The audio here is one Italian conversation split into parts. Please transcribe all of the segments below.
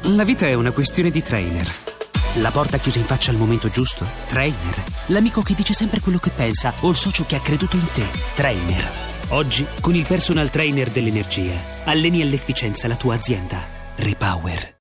La vita è una questione di trainer. La porta chiusa in faccia al momento giusto? Trainer. L'amico che dice sempre quello che pensa o il socio che ha creduto in te? Trainer. Oggi, con il personal trainer dell'energia, alleni all'efficienza la tua azienda. Repower.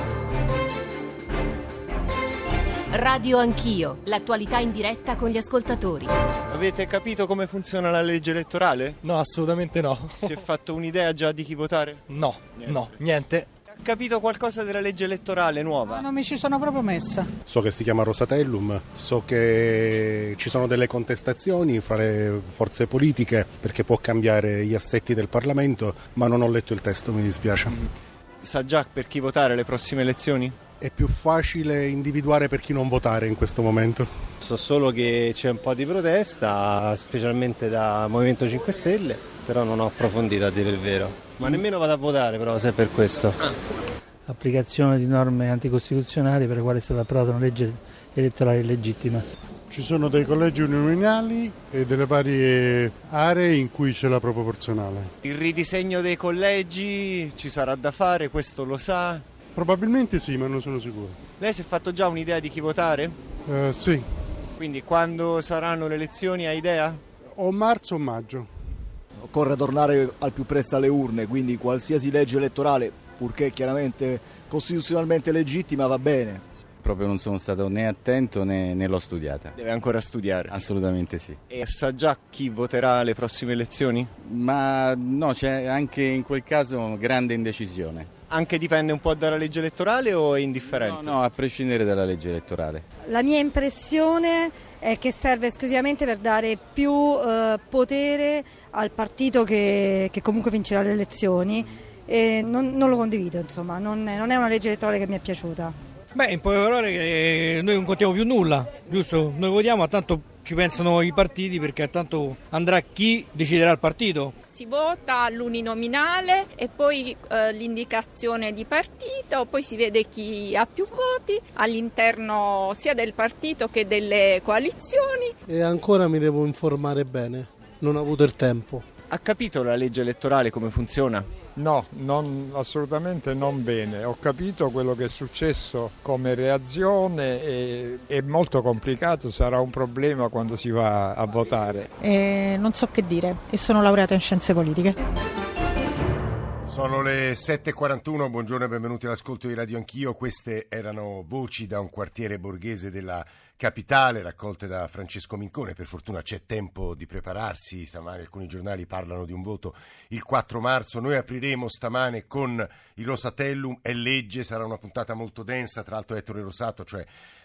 Radio Anch'io, l'attualità in diretta con gli ascoltatori. Avete capito come funziona la legge elettorale? No, assolutamente no. Si è fatto un'idea già di chi votare? No, niente. Ha capito qualcosa della legge elettorale nuova? Non mi ci sono proprio messa. So che si chiama Rosatellum, so che ci sono delle contestazioni fra le forze politiche perché può cambiare gli assetti del Parlamento, ma non ho letto il testo, mi dispiace. Sa già per chi votare alle prossime elezioni? È più facile individuare per chi non votare in questo momento. So solo che c'è un po' di protesta, specialmente da Movimento 5 Stelle, però non ho approfondito a dire il vero. Ma nemmeno vado a votare però, se è per questo. Applicazione di norme anticostituzionali per le quali è stata approvata una legge elettorale illegittima. Ci sono dei collegi uninominali e delle varie aree in cui c'è la proporzionale. Il ridisegno dei collegi ci sarà da fare, questo lo sa? Probabilmente sì, ma non sono sicuro. Lei si è fatto già un'idea di chi votare? Sì. Quindi quando saranno le elezioni ha idea? O marzo o maggio. Occorre tornare al più presto alle urne, quindi qualsiasi legge elettorale, purché chiaramente costituzionalmente legittima, va bene. Proprio non sono stato né attento né l'ho studiata. Deve ancora studiare? Assolutamente sì. E sa già chi voterà alle prossime elezioni? Ma no, c'è anche in quel caso grande indecisione. Anche dipende un po' dalla legge elettorale o è indifferente? No, a prescindere dalla legge elettorale. La mia impressione è che serve esclusivamente per dare più potere al partito che comunque vincerà le elezioni e non lo condivido, insomma, non è una legge elettorale che mi è piaciuta. Beh, in poche parole che noi non contiamo più nulla, giusto? Noi votiamo, a tanto ci pensano i partiti perché a tanto andrà chi deciderà il partito. Si vota all'uninominale e poi l'indicazione di partito, poi si vede chi ha più voti all'interno sia del partito che delle coalizioni. E ancora mi devo informare bene, non ho avuto il tempo. Ha capito la legge elettorale come funziona? No, assolutamente non bene. Ho capito quello che è successo come reazione e è molto complicato, sarà un problema quando si va a votare. Non so che dire e sono laureata in scienze politiche. Sono le 7.41, buongiorno e benvenuti all'ascolto di Radio Anch'io. Queste erano voci da un quartiere borghese della capitale, raccolte da Francesco Mincone. Per fortuna c'è tempo di prepararsi, stamane alcuni giornali parlano di un voto il 4 marzo. Noi apriremo stamane con il Rosatellum e legge, sarà una puntata molto densa, tra l'altro Ettore Rosato, cioè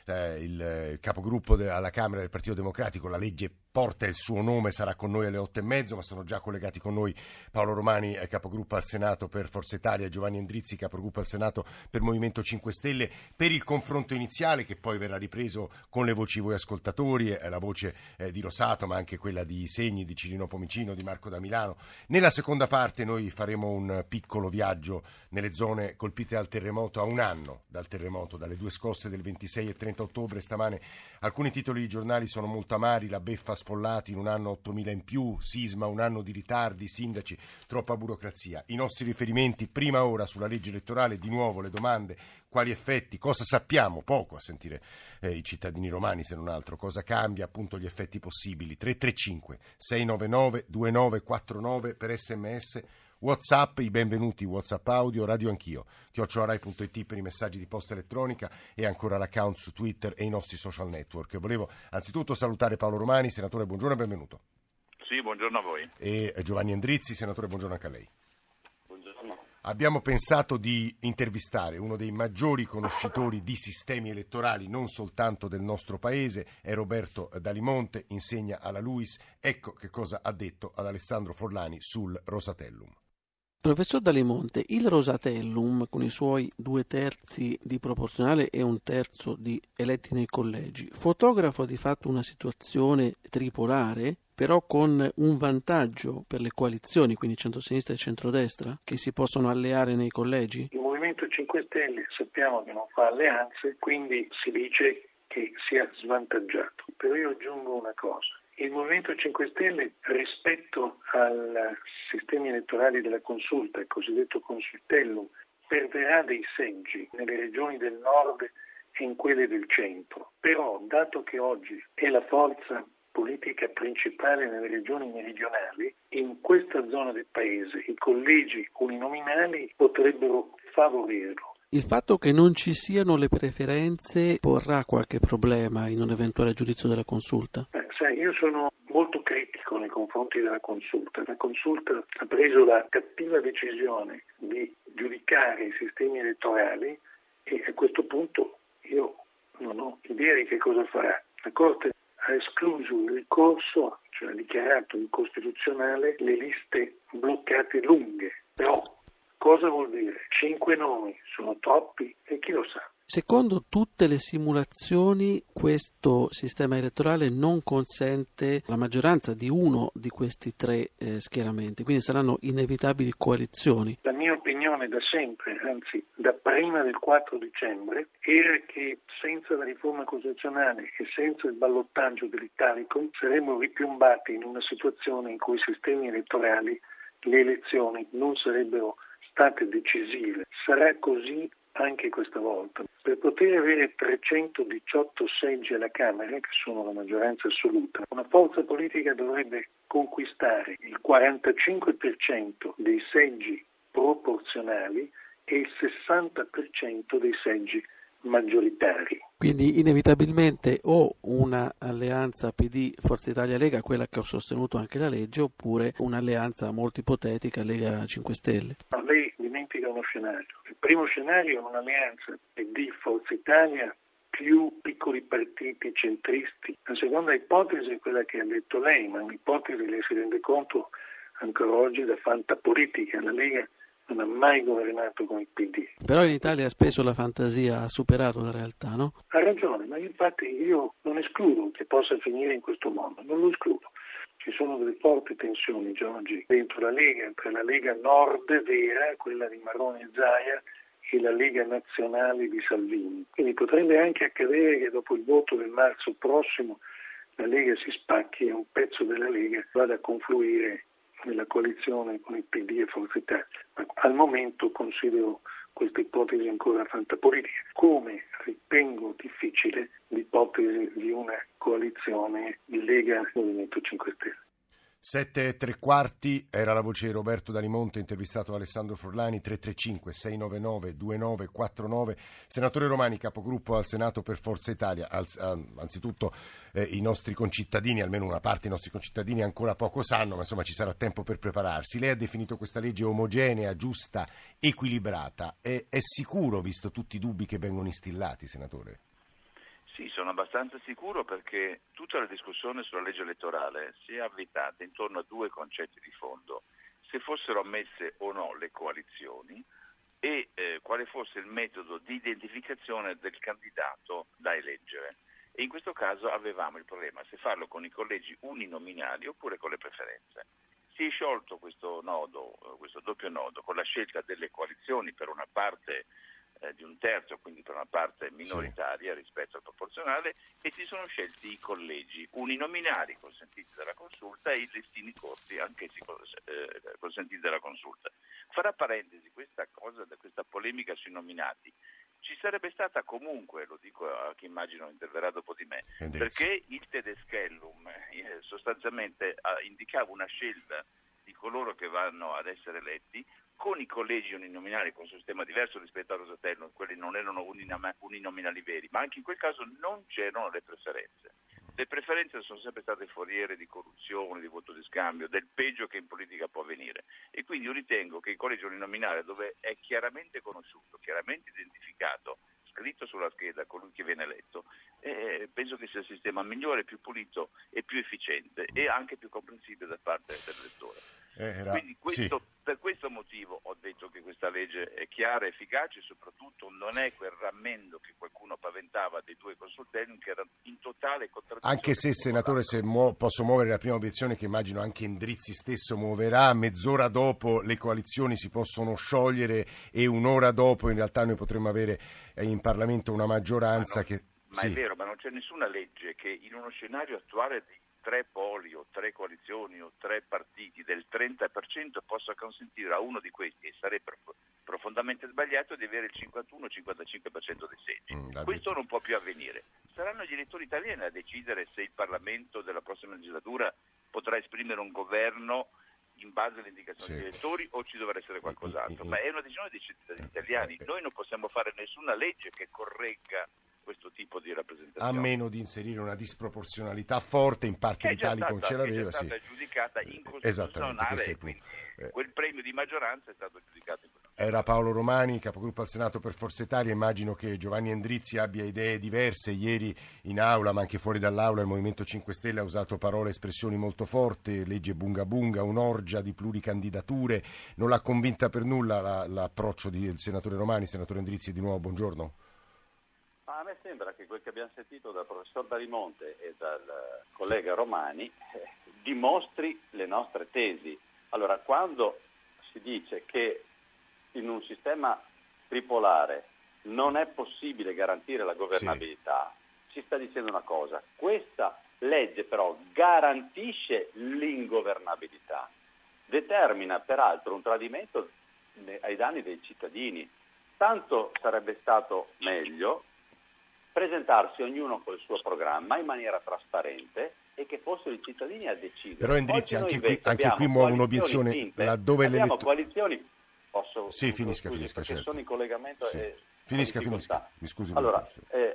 il capogruppo alla Camera del Partito Democratico, la legge porta il suo nome, sarà con noi alle 8:30, ma sono già collegati con noi Paolo Romani, capogruppo al Senato per Forza Italia, Giovanni Endrizzi, capogruppo al Senato per Movimento 5 Stelle, per il confronto iniziale che poi verrà ripreso con le voci voi ascoltatori, la voce di Rosato, ma anche quella di Segni, di Cirino Pomicino, di Marco da Milano. Nella seconda parte noi faremo un piccolo viaggio nelle zone colpite dal terremoto a un anno dal terremoto, dalle due scosse del 26 e 30 ottobre. Stamane alcuni titoli di giornali sono molto amari: la beffa sfollati, in un anno 8.000 in più, sisma, un anno di ritardi, sindaci, troppa burocrazia. I nostri riferimenti prima ora sulla legge elettorale, di nuovo le domande: quali effetti, cosa sappiamo? Poco, a sentire i cittadini romani se non altro, cosa cambia, appunto gli effetti possibili. 335 699 2949 per sms, WhatsApp, i benvenuti WhatsApp audio, Radio Anch'io, @rai.it per i messaggi di posta elettronica e ancora l'account su Twitter e i nostri social network. Volevo anzitutto salutare Paolo Romani, senatore, buongiorno e benvenuto. Sì, buongiorno a voi. E Giovanni Endrizzi, senatore, buongiorno anche a lei. Buongiorno. Abbiamo pensato di intervistare uno dei maggiori conoscitori di sistemi elettorali, non soltanto del nostro paese, è Roberto Dalimonte, insegna alla LUISS. Ecco che cosa ha detto ad Alessandro Forlani sul Rosatellum. Professor Dalimonte, il Rosatellum, con i suoi 2/3 di proporzionale e 1/3 di eletti nei collegi, fotografa di fatto una situazione tripolare, però con un vantaggio per le coalizioni, quindi centrosinistra e centrodestra, che si possono alleare nei collegi? Il Movimento 5 Stelle sappiamo che non fa alleanze, quindi si dice che sia svantaggiato. Però io aggiungo una cosa. Il Movimento 5 Stelle, rispetto ai sistemi elettorali della consulta, il cosiddetto consultellum, perderà dei seggi nelle regioni del nord e in quelle del centro, però dato che oggi è la forza politica principale nelle regioni meridionali, in questa zona del paese i collegi uninominali potrebbero favorirlo. Il fatto che non ci siano le preferenze porrà qualche problema in un eventuale giudizio della consulta? Sai, io sono molto critico nei confronti della consulta. La consulta ha preso la cattiva decisione di giudicare i sistemi elettorali e a questo punto io non ho idea di che cosa farà. La Corte ha escluso il ricorso, cioè ha dichiarato incostituzionale le liste bloccate lunghe, però cosa vuol dire? 5 nomi sono troppi e chi lo sa? Secondo tutte le simulazioni questo sistema elettorale non consente la maggioranza di uno di questi tre schieramenti, quindi saranno inevitabili coalizioni. La mia opinione da sempre, anzi da prima del 4 dicembre, era che senza la riforma costituzionale e senza il ballottaggio dell'Italicum saremmo ripiombati in una situazione in cui i sistemi elettorali, le elezioni non sarebbero state decisive. Sarà così anche questa volta. Per poter avere 318 seggi alla Camera, che sono la maggioranza assoluta, una forza politica dovrebbe conquistare il 45% dei seggi proporzionali e il 60% dei seggi maggioritari. Quindi inevitabilmente o una alleanza PD Forza Italia Lega, quella che ho sostenuto anche la legge, oppure un'alleanza molto ipotetica Lega 5 Stelle. No, lei dimentica uno scenario. Il primo scenario è un'alleanza PD Forza Italia più piccoli partiti centristi. La seconda ipotesi è quella che ha detto lei, ma un'ipotesi, lei si rende conto, ancora oggi da fantapolitica. La Lega non ha mai governato con il PD. Però in Italia spesso la fantasia ha superato la realtà, no? Ha ragione, ma infatti io non escludo che possa finire in questo modo, non lo escludo. Ci sono delle forti tensioni già oggi dentro la Lega, tra la Lega Nord vera, quella di Marroni e Zaia, e la Lega Nazionale di Salvini. Quindi potrebbe anche accadere che dopo il voto del marzo prossimo la Lega si spacchi e un pezzo della Lega vada a confluire nella coalizione con il PD e Forza Italia. Ma al momento considero questa ipotesi ancora fantapolitica, come ritengo difficile l'ipotesi di una coalizione di Lega Movimento 5 Stelle. 7:15 era la voce di Roberto Dalimonte, intervistato da Alessandro Forlani. 335-699-2949. Senatore Romani, capogruppo al Senato per Forza Italia. Anzitutto i nostri concittadini, almeno una parte dei nostri concittadini ancora poco sanno, ma insomma ci sarà tempo per prepararsi. Lei ha definito questa legge omogenea, giusta, equilibrata. È sicuro, visto tutti i dubbi che vengono instillati, senatore? Sì, sono abbastanza sicuro perché tutta la discussione sulla legge elettorale si è avvitata intorno a due concetti di fondo: se fossero ammesse o no le coalizioni e quale fosse il metodo di identificazione del candidato da eleggere. E in questo caso avevamo il problema se farlo con i collegi uninominali oppure con le preferenze. Si è sciolto questo nodo, questo doppio nodo, con la scelta delle coalizioni per una parte di un terzo, quindi per una parte minoritaria rispetto al proporzionale, e si sono scelti i collegi uninominali consentiti dalla consulta e i listini corti anch'essi consentiti dalla consulta. Farà parentesi questa polemica sui nominati. Ci sarebbe stata comunque, lo dico a chi immagino interverrà dopo di me, perché il Tedeschellum sostanzialmente indicava una scelta di coloro che vanno ad essere eletti con i collegi uninominali con un sistema diverso rispetto al Rosatellum. Quelli non erano uninominali veri, ma anche in quel caso non c'erano le preferenze. Le preferenze sono sempre state foriere di corruzione, di voto di scambio, del peggio che in politica può avvenire, e quindi io ritengo che il collegio uninominale, dove è chiaramente conosciuto, chiaramente identificato, scritto sulla scheda colui che viene eletto, penso che sia il sistema migliore, più pulito e più efficiente e anche più comprensibile da parte dell'elettore. Quindi per questo motivo ho detto che questa legge è chiara, efficace e soprattutto non è quel rammendo che qualcuno paventava dei due consultellum che era in totale contraddizione. Anche se, senatore, se posso muovere la prima obiezione che immagino anche Endrizzi stesso muoverà, mezz'ora dopo le coalizioni si possono sciogliere e un'ora dopo in realtà noi potremmo avere in Parlamento una maggioranza Ma è vero, ma non c'è nessuna legge che in uno scenario attuale 3 poli o 3 coalizioni o 3 partiti del 30% possa consentire a uno di questi, e sarebbe profondamente sbagliato, di avere il 51-55% dei seggi. Questo non può più avvenire. Saranno gli elettori italiani a decidere se il Parlamento della prossima legislatura potrà esprimere un governo in base alle indicazioni degli elettori o ci dovrà essere qualcos'altro, ma è una decisione dei cittadini italiani. Noi non possiamo fare nessuna legge che corregga questo tipo di rappresentazione. A meno di inserire una disproporzionalità forte in parte l'Italicum ce l'aveva, che è stata giudicata incostituzionale, quindi quel premio di maggioranza è stato giudicato in questo. Era Paolo Romani, capogruppo al Senato per Forza Italia. Immagino che Giovanni Endrizzi abbia idee diverse. Ieri in aula, ma anche fuori dall'aula, il Movimento 5 Stelle ha usato parole e espressioni molto forti, legge bunga bunga, un'orgia di pluricandidature. Non l'ha convinta per nulla l'approccio del senatore Romani. Senatore Endrizzi, di nuovo buongiorno. A me sembra che quel che abbiamo sentito dal professor Dalimonte e dal collega Romani dimostri le nostre tesi. Allora, quando si dice che in un sistema tripolare non è possibile garantire la governabilità, si sta dicendo una cosa: questa legge però garantisce l'ingovernabilità, determina peraltro un tradimento ai danni dei cittadini. Tanto sarebbe stato meglio presentarsi ognuno col suo programma in maniera trasparente e che fossero i cittadini a decidere. Però Endrizzi, anche qui muovo un'obiezione laddove abbiamo coalizioni. Finisca, certo. Sono in collegamento e finisca, mi scusi. Allora,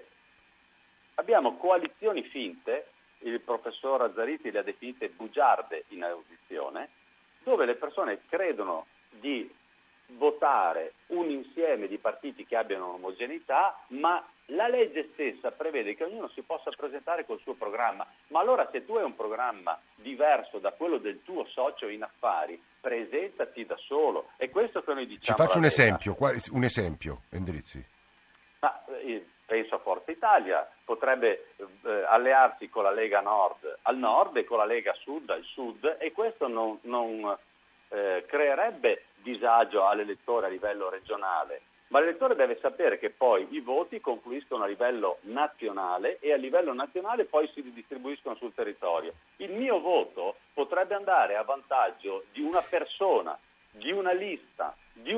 abbiamo coalizioni finte, il professor Azzariti le ha definite bugiarde in audizione, dove le persone credono di votare un insieme di partiti che abbiano omogeneità, ma la legge stessa prevede che ognuno si possa presentare col suo programma. Ma allora, se tu hai un programma diverso da quello del tuo socio in affari, presentati da solo. È questo che noi diciamo. Ci faccio un esempio, Endrizzi. Ma, penso a Forza Italia, potrebbe allearsi con la Lega Nord al nord e con la Lega Sud al sud, e questo non creerebbe disagio all'elettore a livello regionale. Ma l'elettore deve sapere che poi i voti confluiscono a livello nazionale e a livello nazionale poi si ridistribuiscono sul territorio. Il mio voto potrebbe andare a vantaggio di una persona, di una lista, di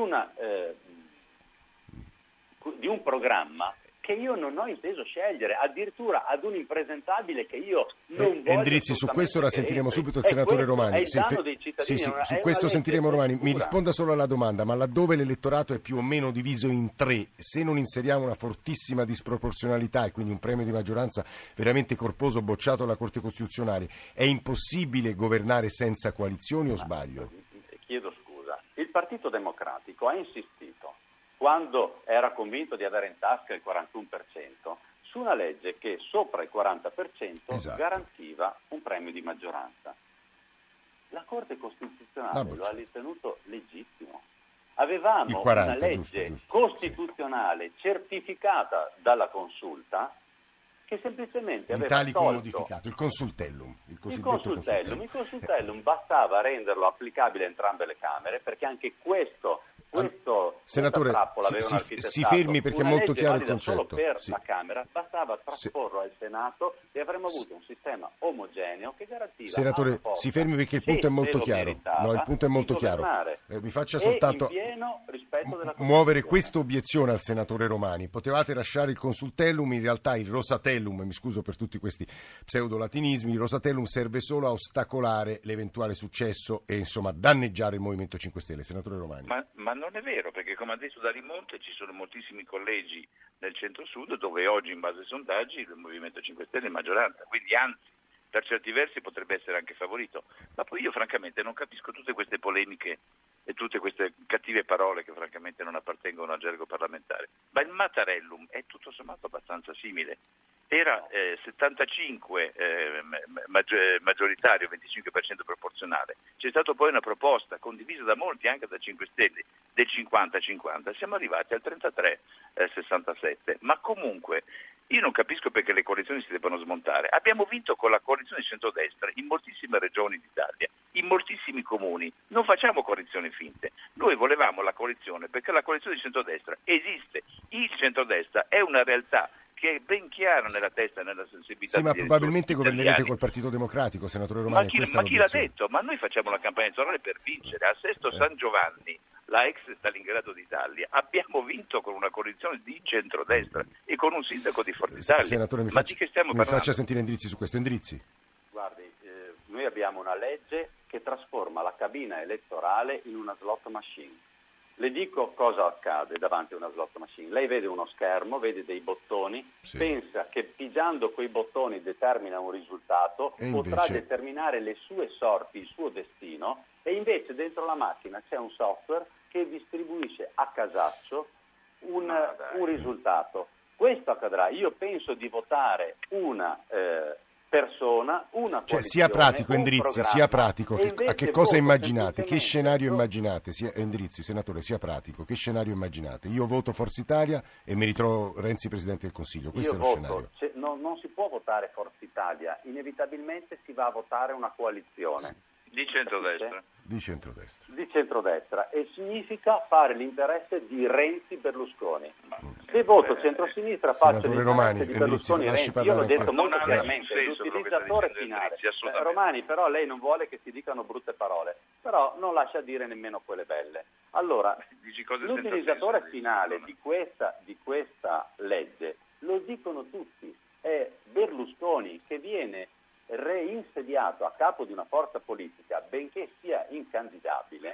un programma che io non ho inteso scegliere, addirittura ad un impresentabile che io non voglio. Endrizzi, su questo ora sentiremo subito il senatore Romani. Su questo sentiremo Romani. Mi risponda solo alla domanda: ma laddove l'elettorato è più o meno diviso in 3, se non inseriamo una fortissima disproporzionalità e quindi un premio di maggioranza veramente corposo bocciato dalla Corte Costituzionale, è impossibile governare senza coalizioni o sbaglio? Chiedo scusa. Il Partito Democratico ha insistito, quando era convinto di avere in tasca il 41%, su una legge che sopra il 40% garantiva un premio di maggioranza. La Corte Costituzionale lo ha ritenuto legittimo. Avevamo 40, una legge giusto, costituzionale certificata dalla Consulta che semplicemente aveva tolto modificato, il consultellum. Il consultellum bastava renderlo applicabile a entrambe le Camere, perché anche questo senatore, si fermi perché è molto chiaro il concetto. Solo per la Camera bastava trasporlo al Senato e avremmo avuto un sistema omogeneo che garantiva. Senatore, si fermi perché il punto è molto chiaro. No, il punto è molto chiaro. Mi faccia soltanto muovere questa obiezione al senatore Romani. Potevate lasciare il consultellum, in realtà il rosatellum, mi scuso per tutti questi pseudolatinismi, il rosatellum serve solo a ostacolare l'eventuale successo e insomma danneggiare il Movimento 5 Stelle. Senatore Romani. Ma non è vero, perché come ha detto Dalimonte ci sono moltissimi collegi nel centro-sud dove oggi in base ai sondaggi il Movimento 5 Stelle è in maggioranza, quindi anzi per certi versi potrebbe essere anche favorito. Ma poi io francamente non capisco tutte queste polemiche e tutte queste cattive parole che francamente non appartengono al gergo parlamentare. Ma il Mattarellum è tutto sommato abbastanza simile. Era 75 maggioritario, 25% proporzionale. C'è stata poi una proposta condivisa da molti, anche da 5 Stelle, del 50-50. Siamo arrivati al 33-67. Ma comunque io non capisco perché le coalizioni si debbano smontare. Abbiamo vinto con la coalizione di centrodestra in moltissime regioni d'Italia, in moltissimi comuni. Non facciamo coalizioni finte. Noi volevamo la coalizione perché la coalizione di centrodestra esiste. Il centrodestra è una realtà che è ben chiaro nella testa e nella sensibilità. Sì, ma probabilmente governerete italiani. col Partito Democratico, senatore Romani. Ma chi l'ha detto? Ma noi facciamo la campagna elettorale per vincere. A Sesto San Giovanni, la ex Stalingrado d'Italia, abbiamo vinto con una coalizione di centrodestra e con un sindaco di Forza Italia. Senatore, di che stiamo parlando? faccia sentire Endrizzi su questo. Endrizzi. Guardi, noi abbiamo una legge che trasforma la cabina elettorale in una slot machine. Le dico cosa accade davanti a una slot machine. Lei vede uno schermo, vede dei bottoni, pensa che pigiando quei bottoni determina un risultato, potrà determinare le sue sorti, il suo destino, e invece dentro la macchina c'è un software che distribuisce a casaccio un risultato. Questo accadrà. Io penso di votare una persona, una coalizione, sia pratico, Endrizzi, sia pratico. A che cosa immaginate? Che scenario immaginate? Endrizzi, senatore, sia pratico. Che scenario immaginate? Io voto Forza Italia e mi ritrovo Renzi Presidente del Consiglio. Questo è lo scenario. Non si può votare Forza Italia, inevitabilmente si va a votare una coalizione. Di centrodestra. Di centrodestra, e significa fare l'interesse di Renzi-Berlusconi. Se voto centrosinistra faccio l'interesse di Berlusconi-Renzi. Io l'ho detto molto chiaramente, l'utilizzatore finale. Romani, però lei non vuole che si dicano brutte parole, però non lascia dire nemmeno quelle belle. Allora, l'utilizzatore finale di questa legge lo dicono tutti, è Berlusconi, che viene reinsediato a capo di una forza politica, benché sia incandidabile,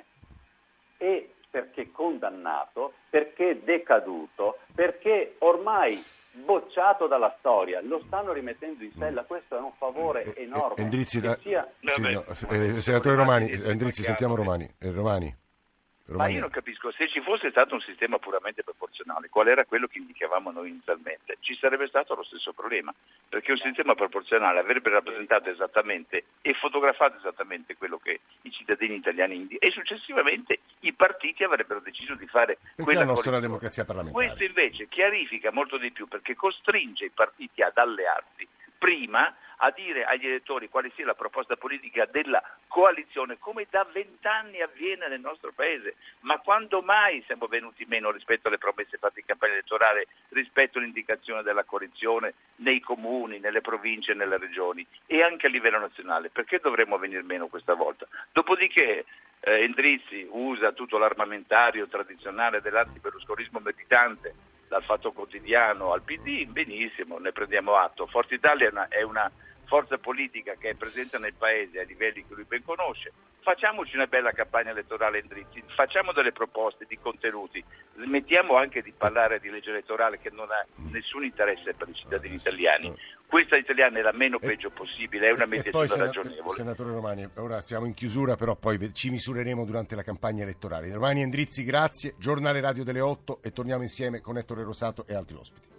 e perché condannato, perché decaduto, perché ormai bocciato dalla storia, lo stanno rimettendo in sella. Questo è un favore enorme. Endrizzi, senatore Romani, Endrizzi, sentiamo Romani. Ma io non capisco, se ci fosse stato un sistema puramente proporzionale, qual era quello che indicavamo noi inizialmente, ci sarebbe stato lo stesso problema, perché un sistema proporzionale avrebbe rappresentato esattamente e fotografato esattamente quello che i cittadini italiani e successivamente i partiti avrebbero deciso di fare quella nostra una democrazia parlamentare. Questo invece chiarifica molto di più, perché costringe i partiti ad allearsi prima, a dire agli elettori quale sia la proposta politica della coalizione, come da 20 anni avviene nel nostro paese. Ma quando mai siamo venuti meno rispetto alle promesse fatte in campagna elettorale, rispetto all'indicazione della coalizione nei comuni, nelle province e nelle regioni e anche a livello nazionale? Perché dovremmo venire meno questa volta? Dopodiché Endrizzi usa tutto l'armamentario tradizionale dell'antiberlusconismo militante, dal Fatto Quotidiano al PD, benissimo, ne prendiamo atto. Forza Italia è una forza politica che è presente nel paese a livelli che lui ben conosce. Facciamoci una bella campagna elettorale, Endrizzi, facciamo delle proposte di contenuti, smettiamo anche di parlare di legge elettorale che non ha nessun interesse per i cittadini italiani. Questa italiana è la meno peggio possibile, è una mediazione ragionevole. Senatore Romani, ora siamo in chiusura, però poi ci misureremo durante la campagna elettorale. Romani, Endrizzi, grazie. Giornale radio delle 8 e torniamo insieme con Ettore Rosato e altri ospiti.